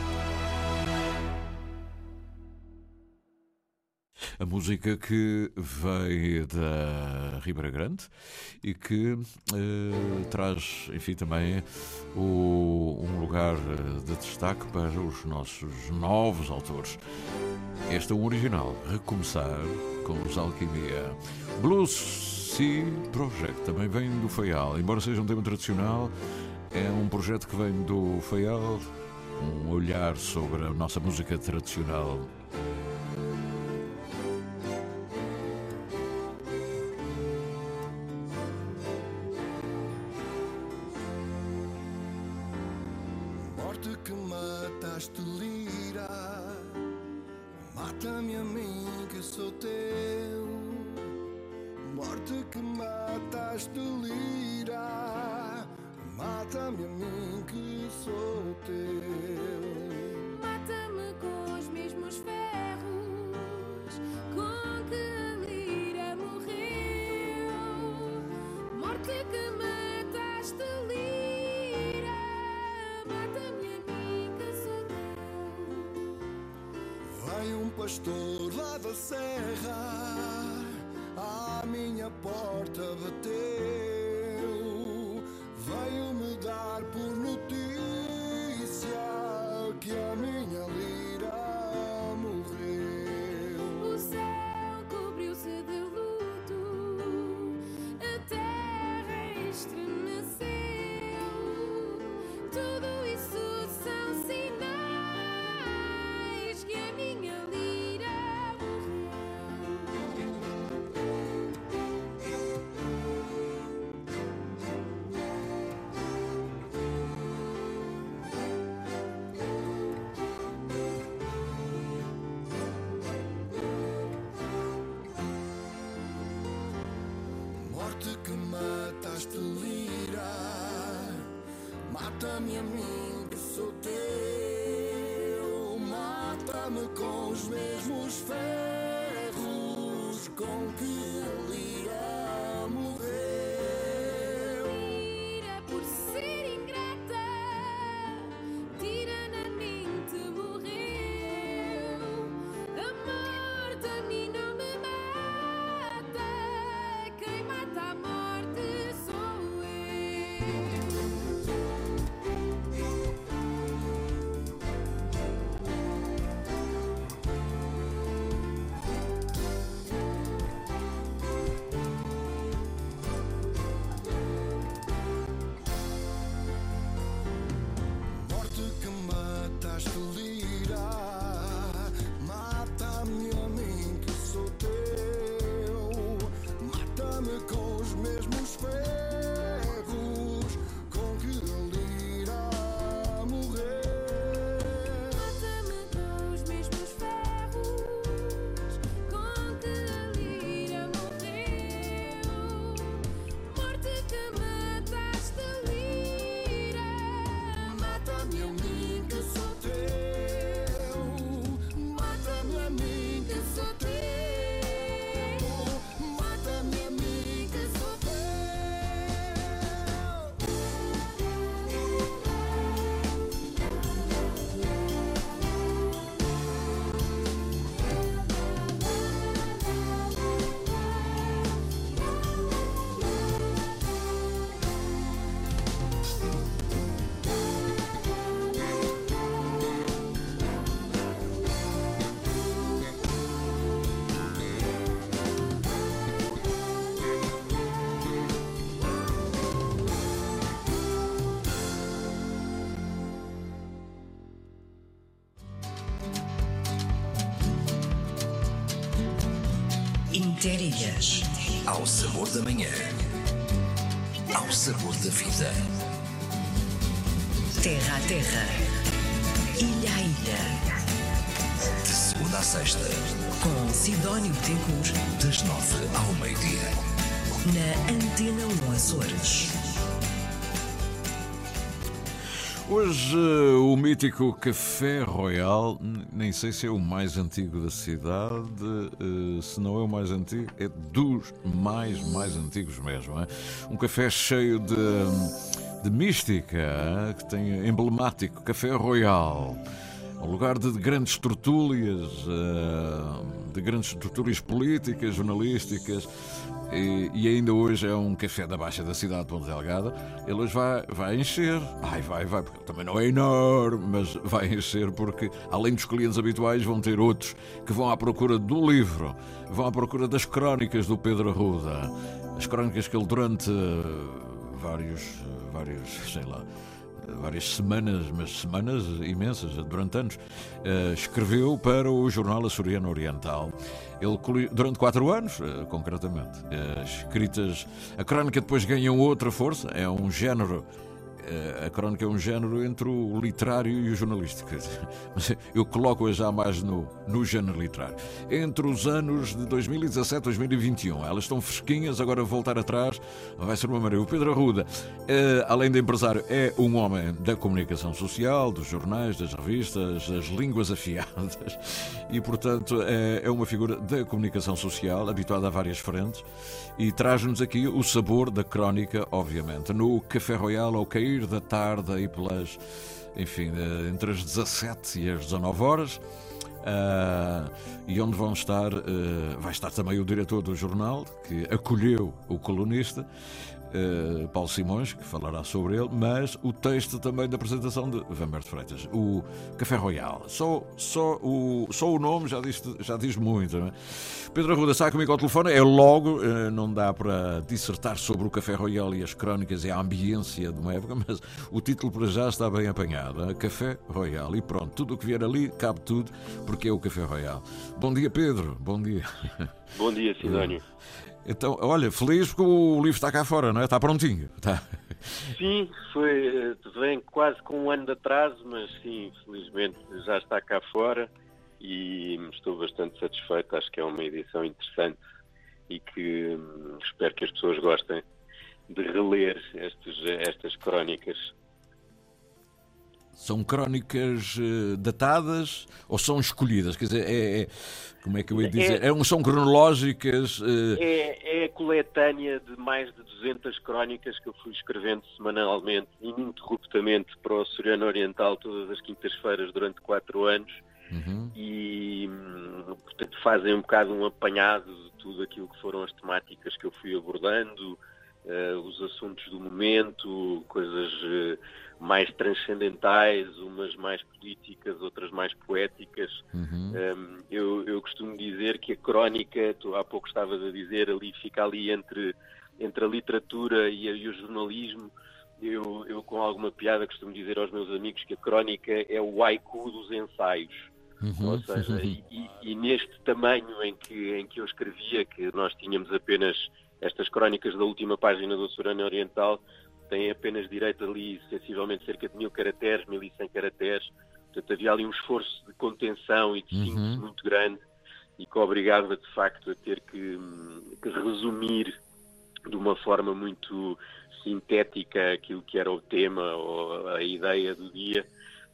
A música que veio da Ribeira Grande e que eh, traz, enfim, também o, um lugar de destaque para os nossos novos autores. Este é um original, Recomeçar, com os Alquimia. Blues Sea Project também vem do Faial, embora seja um tema tradicional, é um projeto que vem do Faial, um olhar sobre a nossa música tradicional. Morte que mataste, lira, mata-me a mim que sou teu. Morte que mataste, lira, mata-me a mim que sou teu. Mata-me com os mesmos ferros com que a lira morreu. Morte que mataste, lira, mata-me a mim que sou teu. Vai um pastor lá da serra, à minha porta bateu. Veio-me dar por notícia que a minha lira morreu. O céu cobriu-se de luto, a terra estremeceu. Tudo isso são sinais que a minha lira morreu. que mataste, lira, mata-me a mim que sou teu, mata-me com os mesmos ferros com que a lira morreu. Lira, por ser ingrata, tiranamente morreu. A morte a mim não me mata, quem mata a morte sou Morte que mataste, lira, mata-me a mim que sou teu, mata-me com os mesmos ferros com que a lira morreu. Mata-me com os mesmos ferros com que a lira morreu. Morte que mataste, lira, Mata-me a mim que sou teu, mata-me a mim que sou teu, mata-me a mim que sou teu. Interilhas. Ao sabor da manhã, ao sabor da vida. Terra a terra. Ilha a ilha. De segunda à sexta, Com Sidónio Betancourt. das nove ao meio-dia. Na Antena um Açores. Hoje o mítico Café Royal, n- nem sei se é o mais antigo da cidade, eh, se não é o mais antigo, é dos mais, mais antigos mesmo. É? Um café cheio de, de mística, é? Que tem emblemático, Café Royal. Um lugar de grandes tertúlias, eh, de grandes tertúlias políticas, jornalísticas. E, e ainda hoje é um café da Baixa da cidade de Ponta Delgada. Ele hoje vai, vai encher. Vai, vai, vai, porque também não é enorme, mas vai encher porque, além dos clientes habituais, vão ter outros que vão à procura do livro, vão à procura das crónicas do Pedro Arruda. As crónicas que ele durante eh, vários, eh, vários, sei lá, várias semanas, mas semanas imensas, durante anos, eh, escreveu para o jornal Açoriano Oriental. Ele, coli- durante quatro anos, eh, concretamente, eh, escritas. A crónica depois ganha outra força, é um género. eh, A crónica é um género entre o literário e o jornalístico. Mas eu coloco-a já mais no, no género literário. Entre os anos de dois mil e dezassete e dois mil e vinte e um, elas estão fresquinhas, agora voltar atrás vai ser uma maravilha. O Pedro Arruda, eh, além de empresário, é um homem da comunicação social, dos jornais, das revistas, das línguas afiadas e, portanto, é, é uma figura da comunicação social, habituada a várias frentes, e traz-nos aqui o sabor da crónica, obviamente, no Café Royal ao cair da tarde e pelas, enfim, eh, entre as dezassete e as dezanove horas. Uh, e onde vão estar, uh, vai estar também o diretor do jornal, que acolheu o colunista, uh, Paulo Simões, que falará sobre ele, mas o texto também da apresentação de Vamberto Freitas, o Café Royal. Só, só, o, só o nome já diz, já diz muito, não é? Pedro Arruda está comigo ao telefone, é logo, uh, não dá para dissertar sobre o Café Royal e as crónicas e a ambiência de uma época, mas o título para já está bem apanhado, é? Café Royal, e pronto, tudo o que vier ali, cabe tudo, porque é o Café Royal. Bom dia, Pedro. Bom dia. Bom dia, Sidónio. Então, olha, feliz porque o livro está cá fora, não é? Está prontinho. Está. Sim, foi, vem quase com um ano de atraso, mas sim, felizmente já está cá fora e estou bastante satisfeito. Acho que é uma edição interessante e que hum, espero que as pessoas gostem de reler estes, estas crónicas. São crónicas uh, datadas ou são escolhidas? Quer dizer, é, é, como é que eu ia dizer? É, é, são cronológicas? Uh... É, é a coletânea de mais de duzentas crónicas que eu fui escrevendo semanalmente, ininterruptamente, para o Açoriano Oriental todas as quintas-feiras durante quatro anos. Uhum. E, portanto, fazem um bocado um apanhado de tudo aquilo que foram as temáticas que eu fui abordando, uh, os assuntos do momento, coisas uh, mais transcendentais, umas mais políticas, outras mais poéticas. Uhum. Um, eu, eu costumo dizer que a crónica, tu há pouco estavas a dizer, ali fica ali entre, entre a literatura e, a, e o jornalismo. Eu, eu, com alguma piada, costumo dizer aos meus amigos que a crónica é o haiku dos ensaios. Uhum. Ou seja, e, e, e neste tamanho em que, em que eu escrevia, que nós tínhamos apenas estas crónicas da última página do Açoriano Oriental, têm apenas direito ali, sensivelmente, cerca de mil caracteres, mil e cem caracteres. Portanto, havia ali um esforço de contenção e de síntese uhum. muito grande e que obrigava, de facto, a ter que, que resumir de uma forma muito sintética aquilo que era o tema ou a ideia do dia.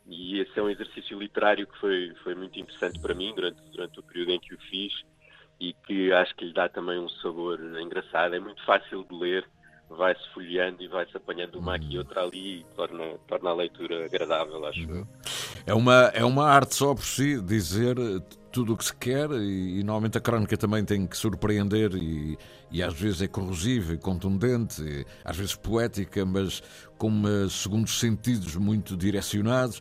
E esse é um exercício literário que foi, foi muito interessante para mim durante, durante o período em que o fiz e que acho que lhe dá também um sabor engraçado. É muito fácil de ler, vai-se folheando e vai-se apanhando uma aqui e outra ali e torna, torna a leitura agradável, acho eu. É uma, é uma arte só por si dizer tudo o que se quer e, e normalmente a crónica também tem que surpreender e, e às vezes é corrosiva e contundente, e, às vezes poética, mas com uh, segundos sentidos muito direcionados.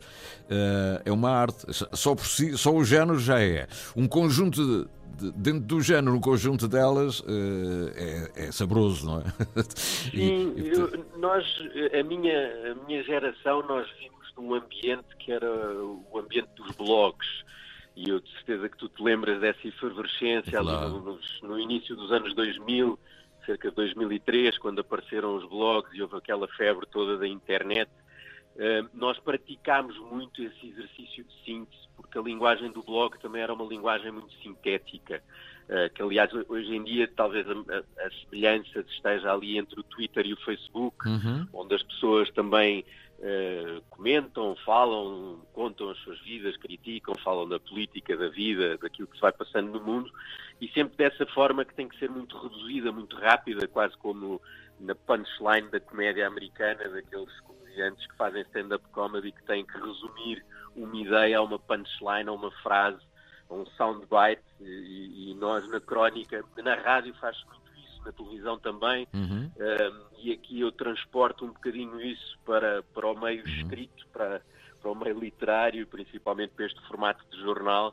Uh, é uma arte, só por si, só o género já é. Um conjunto de, de, dentro do género, um conjunto delas uh, é, é saboroso, não é? Sim, e, e... Eu, nós, a minha, a minha geração, nós vimos num ambiente que era o ambiente dos blogs. E eu de certeza que tu te lembras dessa efervescência claro. ali no, no, no início dos anos dois mil, cerca de dois mil e três, quando apareceram os blogs e houve aquela febre toda da internet. Uh, nós praticámos muito esse exercício de síntese, porque a linguagem do blog também era uma linguagem muito sintética. Uh, que, aliás, hoje em dia talvez a, a, a semelhança esteja ali entre o Twitter e o Facebook, uhum. onde as pessoas também Uh, comentam, falam, contam as suas vidas, criticam, falam da política, da vida, daquilo que se vai passando no mundo e sempre dessa forma que tem que ser muito reduzida, muito rápida, quase como na punchline da comédia americana, daqueles comediantes que fazem stand-up comedy que têm que resumir uma ideia a uma punchline, a uma frase, a um soundbite e, e nós na crónica, na rádio faz-se muito na televisão também, uhum. um, e aqui eu transporto um bocadinho isso para, para o meio uhum. escrito, para, para o meio literário, principalmente para este formato de jornal,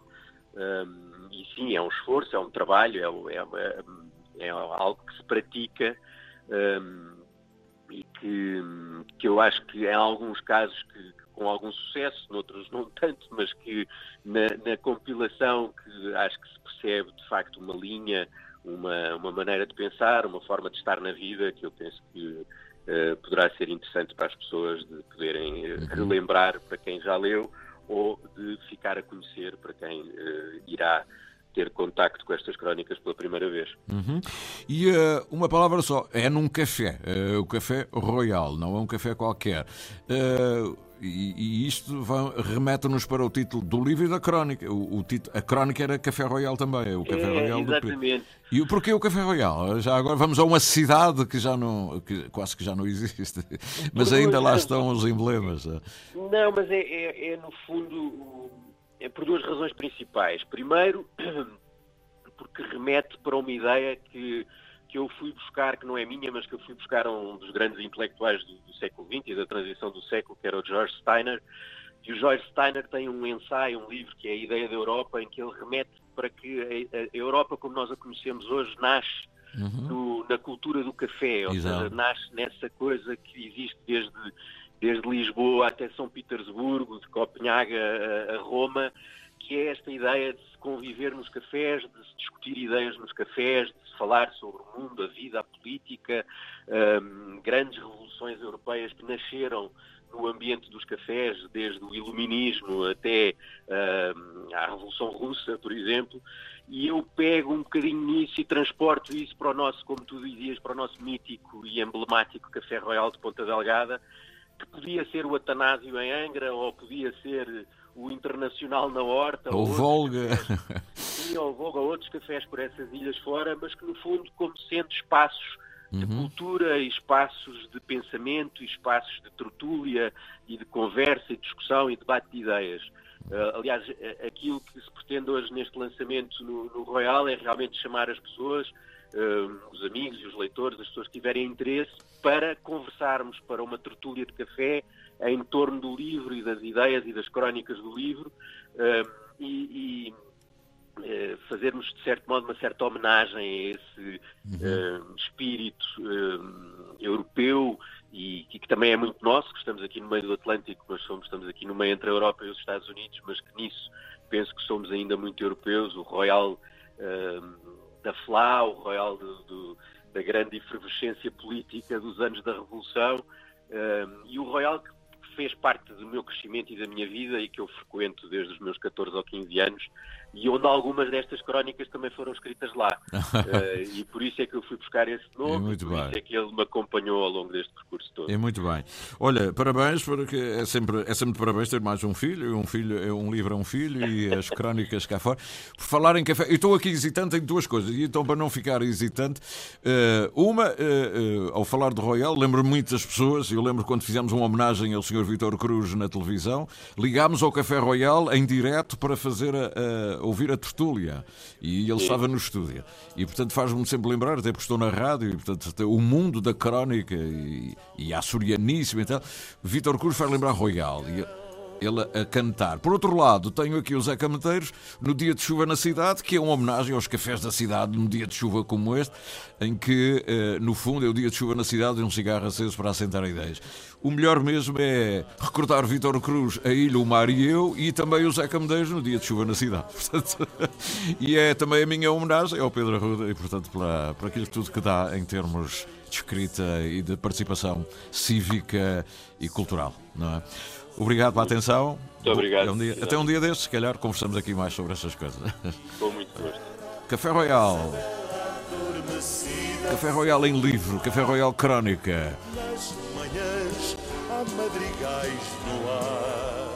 um, e sim, é um esforço, é um trabalho, é, é, é algo que se pratica um, e que, que eu acho que em alguns casos que, que com algum sucesso, noutros não tanto, mas que na, na compilação que acho que se percebe de facto uma linha, Uma, uma maneira de pensar, uma forma de estar na vida que eu penso que uh, poderá ser interessante para as pessoas de poderem uh, relembrar para quem já leu ou de ficar a conhecer para quem uh, irá ter contacto com estas crónicas pela primeira vez. Uhum. E uh, uma palavra só, é num café, uh, o Café Royal, não é um café qualquer. Uh, E, e isto remete-nos para o título do livro e da crónica. O, o título, a crónica era Café Royal também. O Café é, Royal exatamente. Do... E porquê o Café Royal? Já agora vamos a uma cidade que já não, que quase que já não existe, mas ainda lá estão os emblemas. Não, mas é, é, é no fundo é por duas razões principais. Primeiro, porque remete para uma ideia que que eu fui buscar, que não é minha, mas que eu fui buscar a um dos grandes intelectuais do, do século vinte e da transição do século, que era o George Steiner. E o George Steiner tem um ensaio, um livro, que é a Ideia da Europa, em que ele remete para que a, a Europa, como nós a conhecemos hoje, nasce uhum. no, na cultura do café, ou Exato. seja, nasce nessa coisa que existe desde, desde Lisboa até São Petersburgo, de Copenhaga a, a Roma, que é esta ideia de se conviver nos cafés, de se discutir ideias nos cafés, de se falar sobre o mundo, a vida, a política, um, grandes revoluções europeias que nasceram no ambiente dos cafés, desde o iluminismo até uh, à Revolução Russa, por exemplo, e eu pego um bocadinho nisso e transporto isso para o nosso, como tu dizias, para o nosso mítico e emblemático Café Royal de Ponta Delgada, que podia ser o Atanásio em Angra, ou podia ser o Internacional na Horta, ou o Volga, sim, ou o Volga, ou outros cafés por essas ilhas fora, mas que no fundo, como sendo espaços de uhum. cultura, e espaços de pensamento, e espaços de tertúlia e de conversa e discussão e debate de ideias. Uh, aliás, aquilo que se pretende hoje neste lançamento no, no Royal é realmente chamar as pessoas, uh, os amigos e os leitores, as pessoas que tiverem interesse, para conversarmos, para uma tertúlia de café em torno do livro e das ideias e das crónicas do livro, uh, e, e uh, fazermos, de certo modo, uma certa homenagem a esse uhum. uh, espírito uh, europeu, e que, que também é muito nosso, que estamos aqui no meio do Atlântico, mas somos, estamos aqui no meio entre a Europa e os Estados Unidos, mas que nisso penso que somos ainda muito europeus. O Royal uh, da F L A, o Royal do, do, da grande efervescência política dos anos da Revolução, uh, e o Royal que fez parte do meu crescimento e da minha vida e que eu frequento desde os meus catorze ou quinze anos, e onde algumas destas crónicas também foram escritas lá. uh, e por isso é que eu fui buscar esse nome, é muito por bem. isso é que ele me acompanhou ao longo deste percurso todo. É muito bem. Olha, parabéns, porque é sempre, é sempre de parabéns ter mais um filho, um filho é um livro é um filho, e as crónicas cá fora. Por falar em café, eu estou aqui hesitante em duas coisas, e então para não ficar hesitante, uh, uma, uh, uh, ao falar de Royal, lembro-me muito das pessoas, eu lembro quando fizemos uma homenagem ao senhor Vítor Cruz na televisão, ligámos ao Café Royal em direto para fazer a, a ouvir a tertúlia, e ele Sim. estava no estúdio, e portanto faz-me sempre lembrar, até porque estou na rádio, e portanto o mundo da crónica e, e a açorianíssima e tal, Vítor Cruz faz lembrar Royal, e ele a cantar. Por outro lado, tenho aqui o Zé Cameteiros no Dia de Chuva na Cidade, que é uma homenagem aos cafés da cidade num dia de chuva como este, em que, eh, no fundo, é o Dia de Chuva na Cidade e um cigarro aceso para assentar ideias. O melhor mesmo é recordar Vítor Cruz, a Ilha, o Mar e eu, e também o Zé Cameteiros no Dia de Chuva na Cidade. Portanto, e é também a minha homenagem ao Pedro Arruda, e portanto, para, para aquilo tudo que dá em termos de escrita e de participação cívica e cultural, não é? Obrigado pela atenção. Muito obrigado. É um dia, até um dia destes, se calhar, conversamos aqui mais sobre estas coisas. Com muito gosto. Café Royal. Café Royal em livro, Café Royal Crónica. Nas manhãs há madrigais no ar.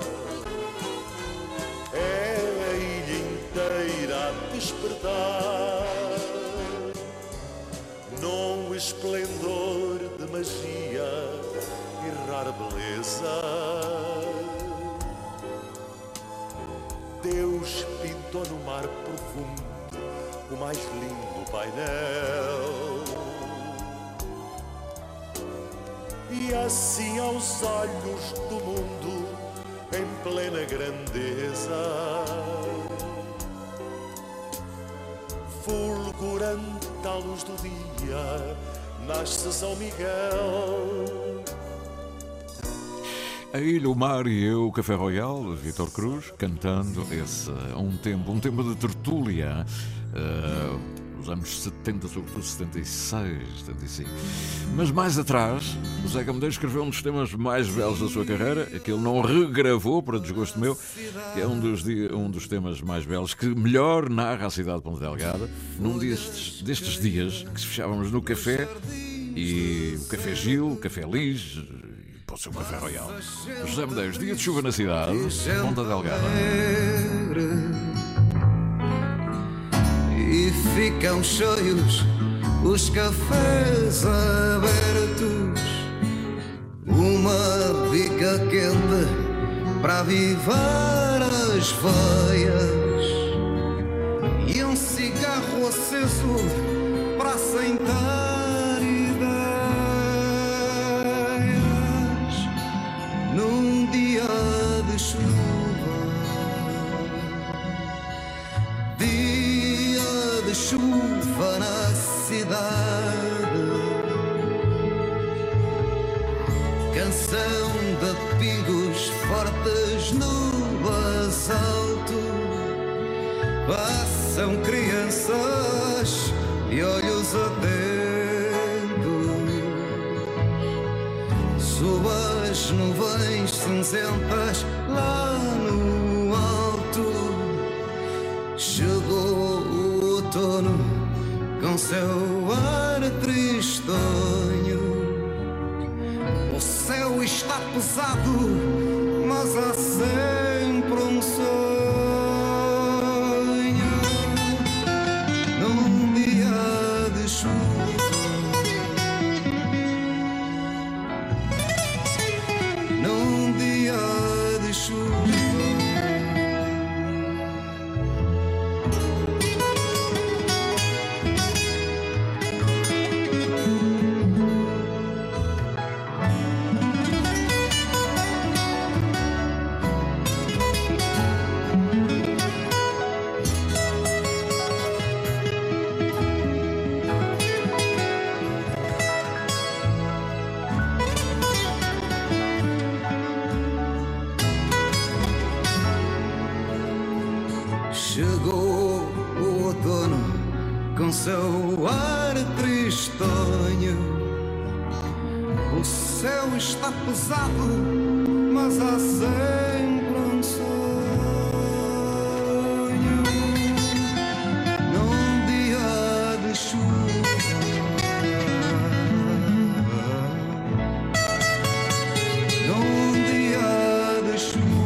É a ilha inteira a despertar num esplendor de magia e rara beleza. Deus pintou no mar profundo o mais lindo painel, e assim aos olhos do mundo em plena grandeza, fulgurante à luz do dia, nasce São Miguel. A Ilha, o Mar e eu, Café Royal, Vítor Cruz, cantando esse um tempo, um tempo de tertúlia, uh, nos anos setenta, sobretudo setenta e seis, setenta e cinco. Mas mais atrás, o Zé Cameteiros escreveu um dos temas mais belos da sua carreira, que ele não regravou, para desgosto meu, que é um dos, um dos temas mais belos, que melhor narra a cidade de Ponta Delgada, num destes, destes dias que se fechávamos no café, e o Café Gil, o Café Lis, pode ser o Café Royal. José Medeiros, dia de chuva na cidade, Ponta Delgada. E ficam cheios os cafés abertos, uma bica quente para avivar as veias e um cigarro aceso para assentar ideias num dia de chuva, dia de chuva na cidade, canção de pingos fortes no basalto, passam crianças e olhos atentos, sob as nuvens cinzentas lá no alto. Chegou o outono com seu ar tristonho. O céu está pesado, mas há sempre um sonho. Num dia de chuva, num dia de chuva. Chegou o outono com seu ar tristonho. O céu está pesado, mas há sempre um sonho. Num dia de chuva, num dia de chuva.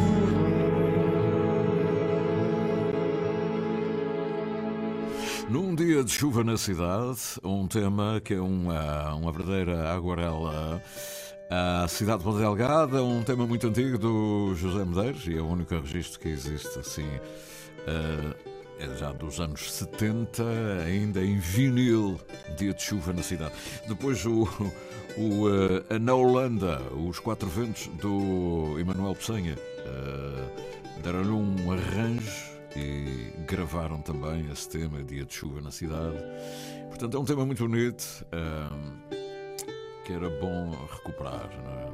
Num dia de chuva na cidade, um tema que é uma, uma verdadeira aguarela à cidade de Ponta Delgada, um tema muito antigo do José Medeiros, e é o único registro que existe assim, uh, é já dos anos setenta, ainda em vinil, dia de chuva na cidade. Depois o, o, uh, a Na Holanda, os Quatro Ventos do Emanuel Peçanha, uh, deram-lhe um arranjo e gravaram também esse tema, Dia de Chuva na Cidade. Portanto, é um tema muito bonito, um, que era bom recuperar, não é?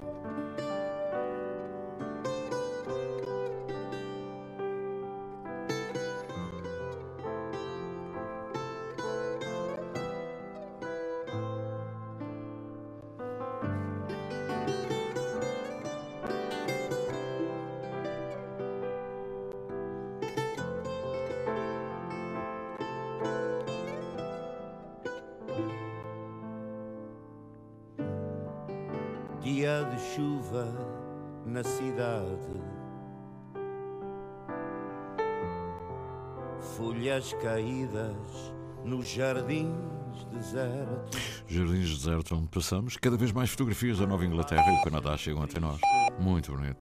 Dia de chuva na cidade, folhas caídas nos jardins desertos. Jardins desertos onde passamos, cada vez mais fotografias da Nova Inglaterra e do Canadá chegam até nós. Muito bonito.